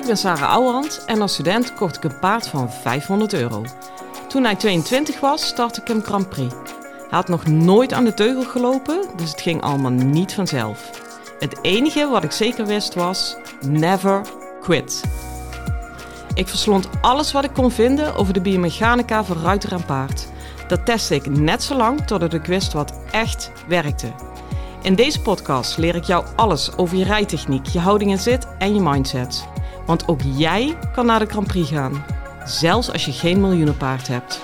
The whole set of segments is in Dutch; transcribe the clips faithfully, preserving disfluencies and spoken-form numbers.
ben Sarah Ouwehand en als student kocht ik een paard van vijfhonderd euro. Toen hij tweeëntwintig was, startte ik hem Grand Prix. Hij had nog nooit aan de teugel gelopen, dus het ging allemaal niet vanzelf. Het enige wat ik zeker wist was, never quit. Ik verslond alles wat ik kon vinden over de biomechanica van ruiter en paard. Dat testte ik net zo lang totdat ik wist wat echt werkte. In deze podcast leer ik jou alles over je rijtechniek, je houding en zit en je mindset. Want ook jij kan naar de Grand Prix gaan, zelfs als je geen miljoenenpaard hebt.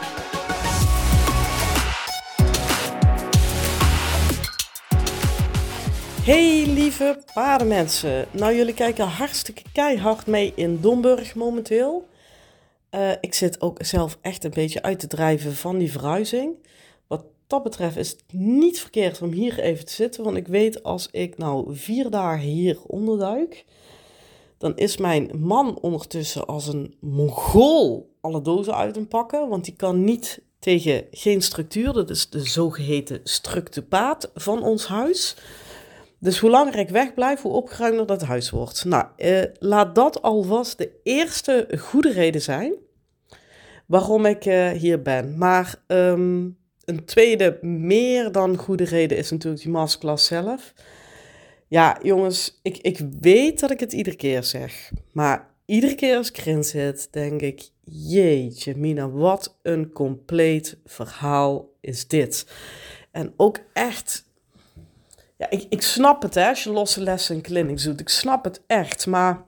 Hey lieve paardenmensen, nou jullie kijken hartstikke keihard mee in Domburg momenteel. Uh, ik zit ook zelf echt een beetje uit te drijven van die verhuizing. Wat dat betreft is het niet verkeerd om hier even te zitten, want ik weet als ik nou vier dagen hier onderduik, dan is mijn man ondertussen als een mongool alle dozen uit hem pakken, want die kan niet tegen geen structuur, dat is de zogeheten structupaat van ons huis. Dus hoe langer ik wegblijf, hoe opgeruimder dat huis wordt. Nou, eh, laat dat alvast de eerste goede reden zijn waarom ik uh, hier ben. Maar um, een tweede, meer dan goede reden is natuurlijk die masterclass zelf. Ja, jongens, ik, ik weet dat ik het iedere keer zeg. Maar iedere keer als ik erin zit, denk ik, jeetje mina, wat een compleet verhaal is dit. En ook echt... Ja, ik, ik snap het, hè, als je losse lessen en clinics doet. Ik snap het echt, maar...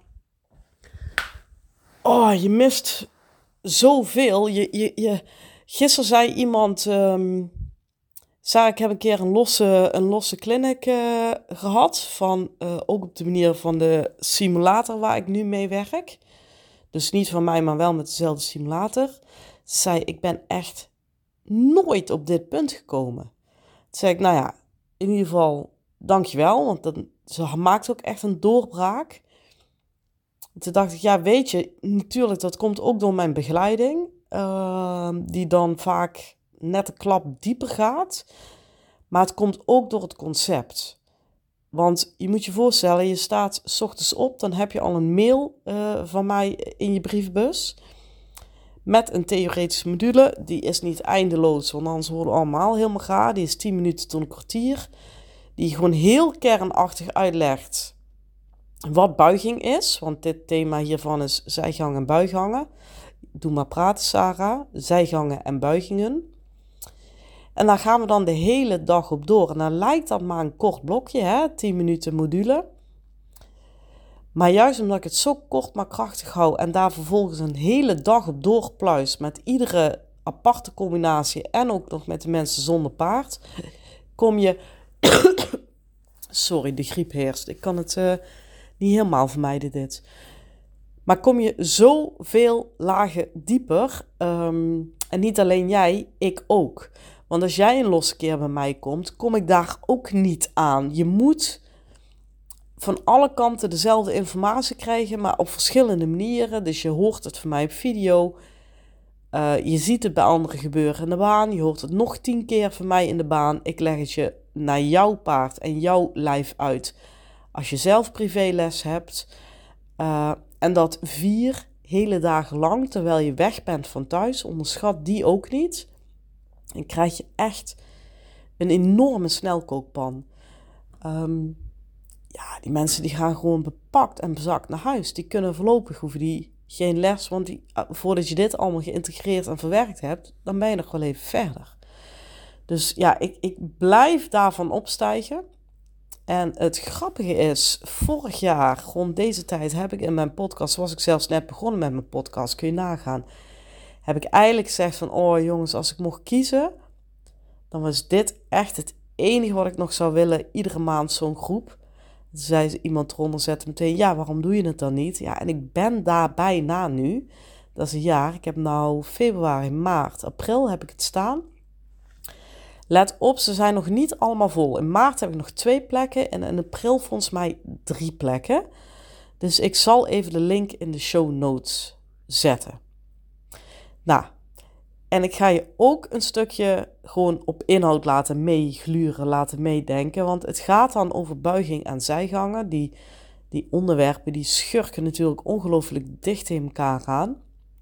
Oh, je mist zoveel. Je, je, je... Gisteren zei iemand... Um... Sarah, ik heb een keer een losse, een losse clinic uh, gehad. Van, uh, ook op de manier van de simulator waar ik nu mee werk. Dus niet van mij, maar wel met dezelfde simulator. Ze zei, ik ben echt nooit op dit punt gekomen. Toen zei ik, nou ja, in ieder geval... Dankjewel, want dat, ze maakt ook echt een doorbraak. Toen dacht ik, ja weet je, natuurlijk dat komt ook door mijn begeleiding. Uh, die dan vaak net een klap dieper gaat. Maar het komt ook door het concept. Want je moet je voorstellen, je staat 's ochtends op, dan heb je al een mail uh, van mij in je brievenbus. Met een theoretische module, die is niet eindeloos, want anders worden we allemaal helemaal gaar. Die is tien minuten tot een kwartier. Die gewoon heel kernachtig uitlegt wat buiging is. Want dit thema hiervan is zijgangen en buighangen. Doe maar praten, Sarah. Zijgangen en buigingen. En daar gaan we dan de hele dag op door. En dan lijkt dat maar een kort blokje, hè? tien minuten module. Maar juist omdat ik het zo kort maar krachtig hou en daar vervolgens een hele dag op doorpluis met iedere aparte combinatie en ook nog met de mensen zonder paard, kom je... Sorry, de griep heerst. Ik kan het uh, niet helemaal vermijden dit. Maar kom je zoveel lagen dieper. Um, en niet alleen jij, ik ook. Want als jij een losse keer bij mij komt, kom ik daar ook niet aan. Je moet van alle kanten dezelfde informatie krijgen, maar op verschillende manieren. Dus je hoort het van mij op video. Uh, je ziet het bij anderen gebeuren in de baan. Je hoort het nog tien keer van mij in de baan. Ik leg het je naar jouw paard en jouw lijf uit als je zelf privéles hebt. Uh, en dat vier hele dagen lang, terwijl je weg bent van thuis. Onderschat die ook niet. En krijg je echt een enorme snelkookpan. Um, ja, die mensen die gaan gewoon bepakt en bezakt naar huis. Die kunnen voorlopig, hoeven die geen les, want die, voordat je dit allemaal geïntegreerd en verwerkt hebt, dan ben je nog wel even verder. Dus ja, ik, ik blijf daarvan opstijgen. En het grappige is, vorig jaar, rond deze tijd, heb ik in mijn podcast, was ik zelfs net begonnen met mijn podcast, kun je nagaan, heb ik eigenlijk gezegd van, oh jongens, als ik mocht kiezen, dan was dit echt het enige wat ik nog zou willen, iedere maand zo'n groep. Toen zei iemand eronder, zette meteen, ja, waarom doe je het dan niet? Ja, en ik ben daar bijna nu. Dat is een jaar. Ik heb nou februari, maart, april heb ik het staan. Let op, ze zijn nog niet allemaal vol. In maart heb ik nog twee plekken en in april volgens mij drie plekken. Dus ik zal even de link in de show notes zetten. Nou, en ik ga je ook een stukje gewoon op inhoud laten meegluren, laten meedenken. Want het gaat dan over buiging en zijgangen, die die onderwerpen, die schurken natuurlijk ongelooflijk dicht tegen elkaar aan.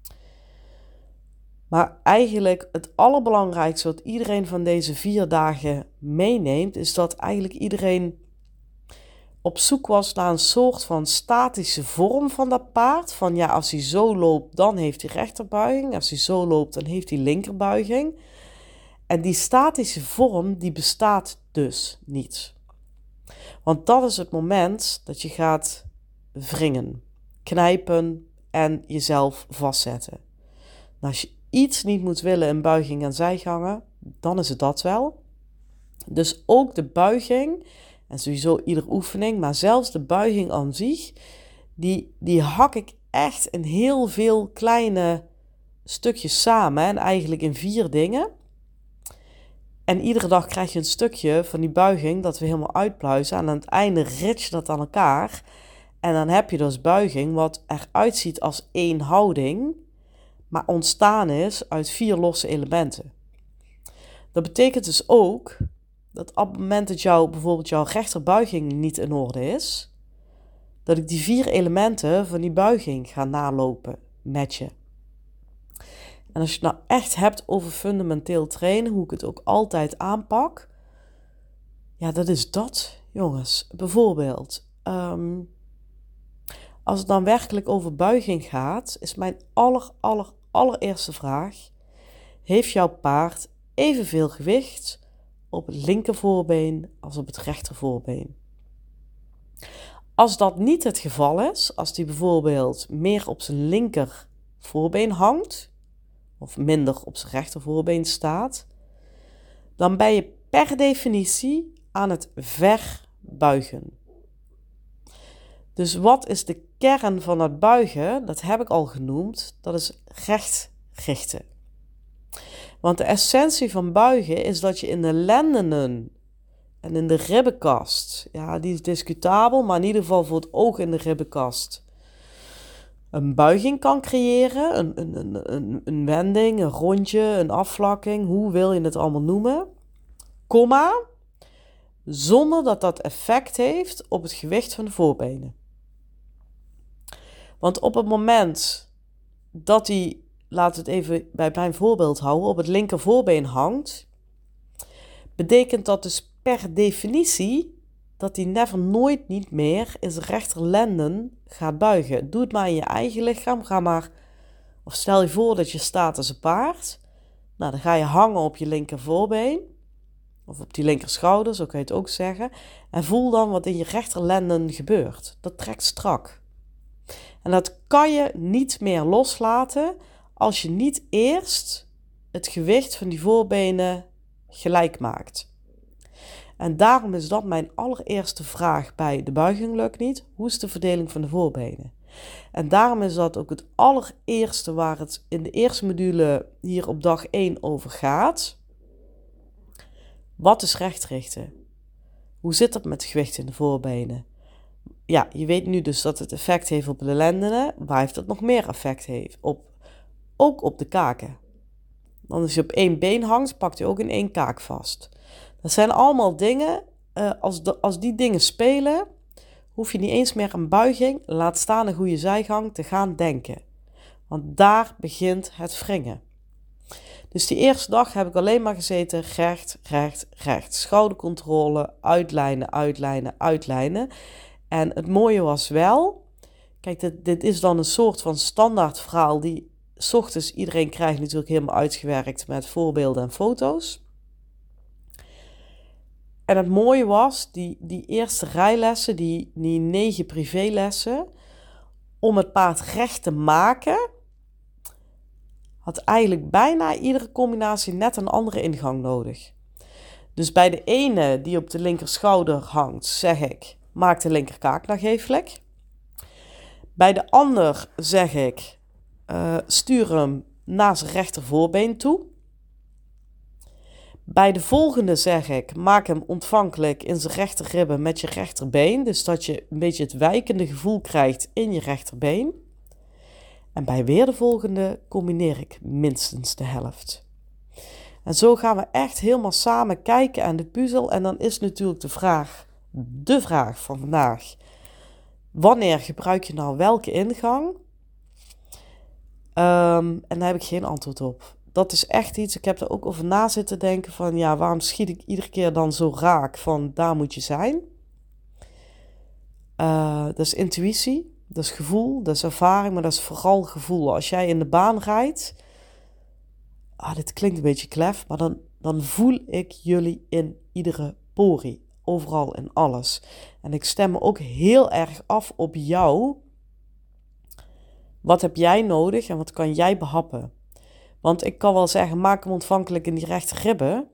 Maar eigenlijk het allerbelangrijkste wat iedereen van deze vier dagen meeneemt, is dat eigenlijk iedereen op zoek was naar een soort van statische vorm van dat paard. Van ja, als hij zo loopt, dan heeft hij rechterbuiging. Als hij zo loopt, dan heeft hij linkerbuiging. En die statische vorm, die bestaat dus niet. Want dat is het moment dat je gaat wringen, knijpen en jezelf vastzetten. Nou, als je iets niet moet willen in buiging en zijgangen, dan is het dat wel. Dus ook de buiging, en sowieso iedere oefening, maar zelfs de buiging aan zich, die, die hak ik echt in heel veel kleine stukjes samen. En eigenlijk in vier dingen. En iedere dag krijg je een stukje van die buiging dat we helemaal uitpluizen. En aan het einde rit je dat aan elkaar. En dan heb je dus buiging wat eruit ziet als één houding, maar ontstaan is uit vier losse elementen. Dat betekent dus ook dat op het moment dat jou, bijvoorbeeld jouw rechterbuiging niet in orde is, dat ik die vier elementen van die buiging ga nalopen met je. En als je het nou echt hebt over fundamenteel trainen, hoe ik het ook altijd aanpak, ja, dat is dat, jongens. Bijvoorbeeld, um, als het dan werkelijk over buiging gaat, is mijn aller, aller, allereerste vraag: heeft jouw paard evenveel gewicht op het linkervoorbeen als op het rechtervoorbeen? Als dat niet het geval is, als die bijvoorbeeld meer op zijn linkervoorbeen hangt, of minder op zijn rechtervoorbeen staat, dan ben je per definitie aan het verbuigen. Dus wat is de kern van het buigen? Dat heb ik al genoemd. Dat is recht richten. Want de essentie van buigen is dat je in de lendenen en in de ribbenkast, ja, die is discutabel, maar in ieder geval voor het oog in de ribbenkast, een buiging kan creëren, een, een, een, een wending, een rondje, een afvlakking, hoe wil je het allemaal noemen, komma, zonder dat dat effect heeft op het gewicht van de voorbenen. Want op het moment dat hij, laten we het even bij mijn voorbeeld houden, op het linker voorbeen hangt, betekent dat dus per definitie dat hij never nooit niet meer in zijn rechterlenden gaat buigen. Doe het maar in je eigen lichaam. Ga maar, of stel je voor dat je staat als een paard. Nou, dan ga je hangen op je linker voorbeen. Of op die linker schouder, zo kan je het ook zeggen. En voel dan wat in je rechterlenden gebeurt. Dat trekt strak. En dat kan je niet meer loslaten als je niet eerst het gewicht van die voorbenen gelijk maakt. En daarom is dat mijn allereerste vraag bij de buiging lukt niet. Hoe is de verdeling van de voorbenen? En daarom is dat ook het allereerste waar het in de eerste module hier op dag één over gaat. Wat is recht richten? Hoe zit dat met het gewicht in de voorbenen? Ja, je weet nu dus dat het effect heeft op de lendenen. Waar heeft het nog meer effect heeft? Op, ook op de kaken. Dan als je op één been hangt, pakt je ook in één kaak vast. Dat zijn allemaal dingen, uh, als, de, als die dingen spelen, hoef je niet eens meer een buiging, laat staan een goede zijgang, te gaan denken. Want daar begint het wringen. Dus die eerste dag heb ik alleen maar gezeten, recht, recht, recht. Schoudercontrole, uitlijnen, uitlijnen, uitlijnen. En het mooie was wel, kijk, dit, dit is dan een soort van standaard verhaal die 's ochtends iedereen krijgt natuurlijk helemaal uitgewerkt met voorbeelden en foto's. En het mooie was, die, die eerste rijlessen, die, die negen privélessen, om het paard recht te maken, had eigenlijk bijna iedere combinatie net een andere ingang nodig. Dus bij de ene die op de linkerschouder hangt, zeg ik, maak de linkerkaak nagevelijk. Bij de ander zeg ik, uh, stuur hem naar zijn rechtervoorbeen toe. Bij de volgende zeg ik, maak hem ontvankelijk in zijn rechterribben met je rechterbeen. Dus dat je een beetje het wijkende gevoel krijgt in je rechterbeen. En bij weer de volgende combineer ik minstens de helft. En zo gaan we echt helemaal samen kijken aan de puzzel. En dan is natuurlijk de vraag, de vraag van vandaag. wanneer gebruik je nou welke ingang? Um, en daar heb ik geen antwoord op. Dat is echt iets, ik heb er ook over na zitten denken van, ja, waarom schiet ik iedere keer dan zo raak van, daar moet je zijn? Uh, dat is intuïtie, dat is gevoel, dat is ervaring, maar dat is vooral gevoel. Als jij in de baan rijdt, ah, dit klinkt een beetje klef, maar dan, dan voel ik jullie in iedere porie, overal en alles. En ik stem me ook heel erg af op jou. Wat heb jij nodig en wat kan jij behappen? Want ik kan wel zeggen, maak hem ontvankelijk in die rechte ribben.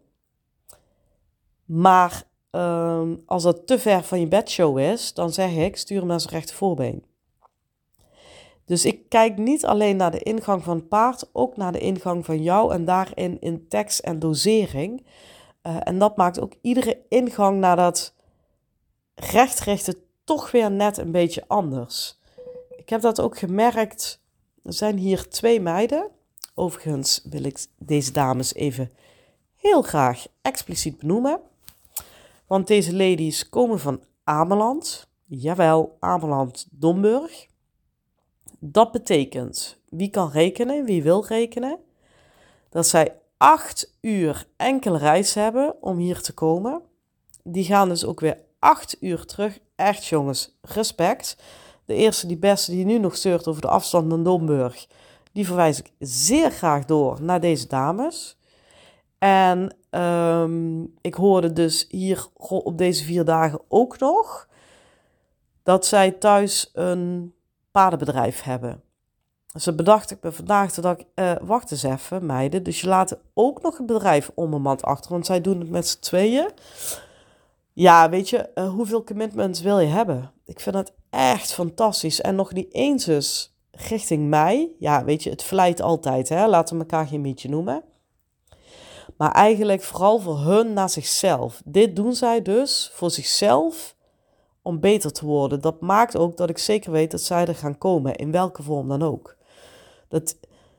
Maar uh, als dat te ver van je bedshow is, dan zeg ik, stuur hem naar zijn rechte voorbeen. Dus ik kijk niet alleen naar de ingang van het paard, ook naar de ingang van jou en daarin in tekst en dosering. Uh, en dat maakt ook iedere ingang naar dat rechtrichten toch weer net een beetje anders. Ik heb dat ook gemerkt. Er zijn hier twee meiden. Overigens wil ik deze dames even heel graag expliciet benoemen. Want deze ladies komen van Ameland. Jawel, Ameland-Domburg. Dat betekent, wie kan rekenen, wie wil rekenen, dat zij acht uur enkele reis hebben om hier te komen. Die gaan dus ook weer acht uur terug. Echt jongens, respect. De eerste, die beste die nu nog zeurt over de afstand naar Domburg, die verwijs ik zeer graag door naar deze dames. En um, ik hoorde dus hier op deze vier dagen ook nog dat zij thuis een paardenbedrijf hebben. Dus dan bedacht ik me vandaag dat ik, uh, wacht eens even meiden, dus je laat ook nog een bedrijf onbemand achter, want zij doen het met z'n tweeën. Ja, weet je, uh, hoeveel commitments wil je hebben? Ik vind het echt fantastisch. En nog niet eens dus richting mij. Ja, weet je, het vlijt altijd, hè. Laten we elkaar geen mietje noemen. Maar eigenlijk vooral voor hun naar zichzelf. Dit doen zij dus voor zichzelf om beter te worden. Dat maakt ook dat ik zeker weet dat zij er gaan komen, in welke vorm dan ook. Dat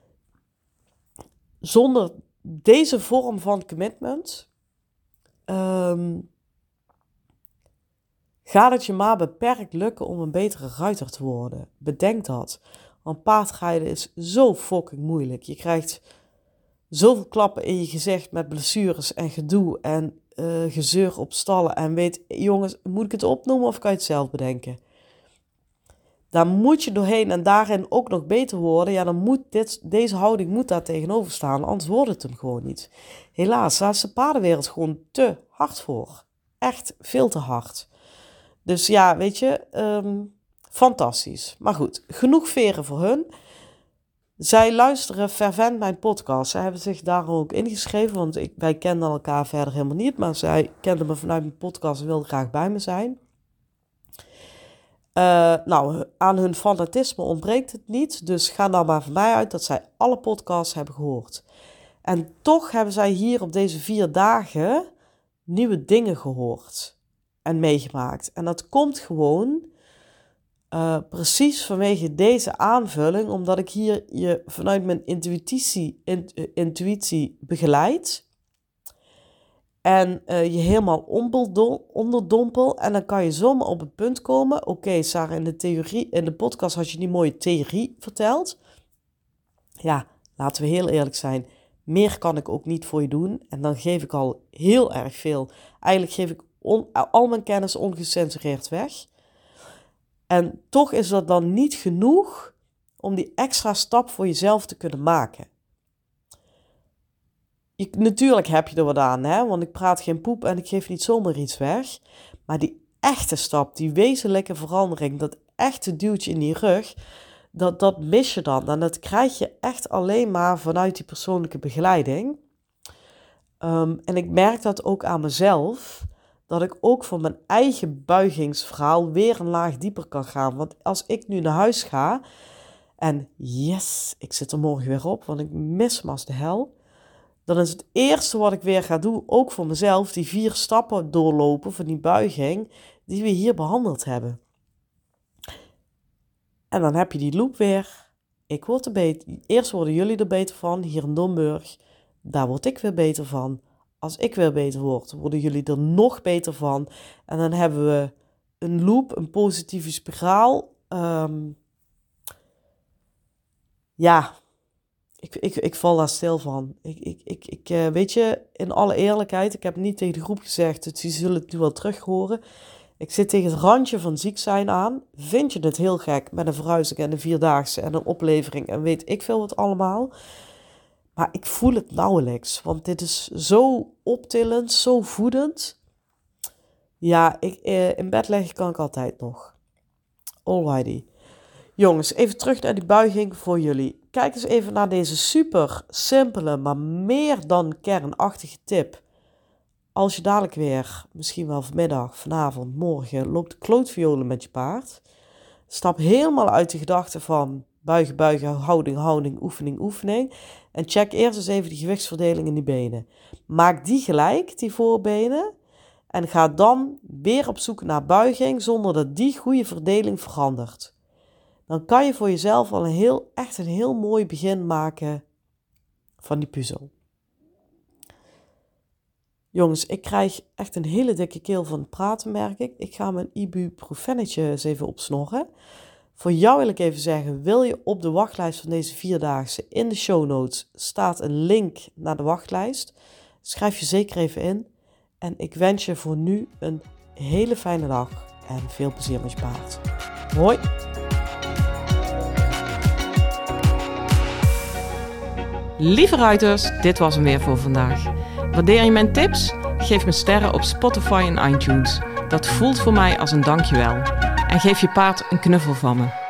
zonder deze vorm van commitment Um, gaat het je maar beperkt lukken om een betere ruiter te worden. Bedenk dat. Want paardrijden is zo fucking moeilijk. Je krijgt zoveel klappen in je gezicht met blessures en gedoe en uh, gezeur op stallen. En weet, jongens, moet ik het opnoemen of kan je het zelf bedenken? Daar moet je doorheen en daarin ook nog beter worden. Ja, dan moet dit, deze houding moet daar tegenover staan. Anders wordt het hem gewoon niet. Helaas, daar is de paardenwereld gewoon te hard voor. Echt veel te hard. Dus ja, weet je, um, fantastisch. Maar goed, genoeg veren voor hun. Zij luisteren fervent mijn podcast. Zij hebben zich daar ook ingeschreven, want ik, wij kenden elkaar verder helemaal niet. Maar zij kenden me vanuit mijn podcast en wilden graag bij me zijn. Uh, nou, aan hun fanatisme ontbreekt het niet. Dus ga nou maar van mij uit dat zij alle podcasts hebben gehoord. En toch hebben zij hier op deze vier dagen nieuwe dingen gehoord en meegemaakt. En dat komt gewoon uh, precies vanwege deze aanvulling, omdat ik hier je vanuit mijn intuïtie, intu, intuïtie begeleid. En uh, je helemaal onderdompel. En dan kan je zomaar op het punt komen. Oké, okay, Sarah, in de theorie, in de podcast had je die mooie theorie verteld. Ja, laten we heel eerlijk zijn. Meer kan ik ook niet voor je doen. En dan geef ik al heel erg veel. Eigenlijk geef ik on, al mijn kennis ongecensureerd weg. En toch is dat dan niet genoeg om die extra stap voor jezelf te kunnen maken. Je, natuurlijk heb je er wat aan, hè? Want ik praat geen poep en ik geef niet zomaar iets weg. Maar die echte stap, die wezenlijke verandering, dat echte duwtje in die rug, dat, dat mis je dan. En dat krijg je echt alleen maar vanuit die persoonlijke begeleiding. Um, en ik merk dat ook aan mezelf, dat ik ook voor mijn eigen buigingsverhaal weer een laag dieper kan gaan. Want als ik nu naar huis ga en yes, ik zit er morgen weer op, want ik mis me als de hel. Dan is het eerste wat ik weer ga doen, ook voor mezelf, die vier stappen doorlopen van die buiging die we hier behandeld hebben. En dan heb je die loop weer. Ik word er beter. Eerst worden jullie er beter van, hier in Domburg. Daar word ik weer beter van. Als ik weer beter word, worden jullie er nog beter van. En dan hebben we een loop, een positieve spiraal. Um, ja, ik, ik, ik val daar stil van. Ik, ik, ik, ik, uh, weet je, in alle eerlijkheid, ik heb niet tegen de groep gezegd, dus die zullen het nu wel terug horen. Ik zit tegen het randje van ziek zijn aan. Vind je het heel gek met een verhuizing en een vierdaagse en een oplevering en weet ik veel wat allemaal. Maar ik voel het nauwelijks, want dit is zo optillend, zo voedend. Ja, ik, eh, in bed leggen kan ik altijd nog. Alrighty. Jongens, even terug naar die buiging voor jullie. Kijk eens even naar deze super simpele, maar meer dan kernachtige tip. Als je dadelijk weer, misschien wel vanmiddag, vanavond, morgen, loopt de klootviolen met je paard. Stap helemaal uit de gedachte van buigen, buigen, houding, houding, oefening, oefening. En check eerst eens even die gewichtsverdeling in die benen. Maak die gelijk, die voorbenen. En ga dan weer op zoek naar buiging zonder dat die goede verdeling verandert. Dan kan je voor jezelf al een heel, echt een heel mooi begin maken van die puzzel. Jongens, ik krijg echt een hele dikke keel van het praten, merk ik. Ik ga mijn ibuprofennetje eens even opsnorren. Voor jou wil ik even zeggen, wil je op de wachtlijst van deze vierdaagse, in de show notes staat een link naar de wachtlijst. Schrijf je zeker even in. En ik wens je voor nu een hele fijne dag en veel plezier met je paard. Hoi! Lieve ruiters, dit was hem weer voor vandaag. Waardeer je mijn tips? Geef me sterren op Spotify en iTunes. Dat voelt voor mij als een dankjewel. En geef je paard een knuffel van me.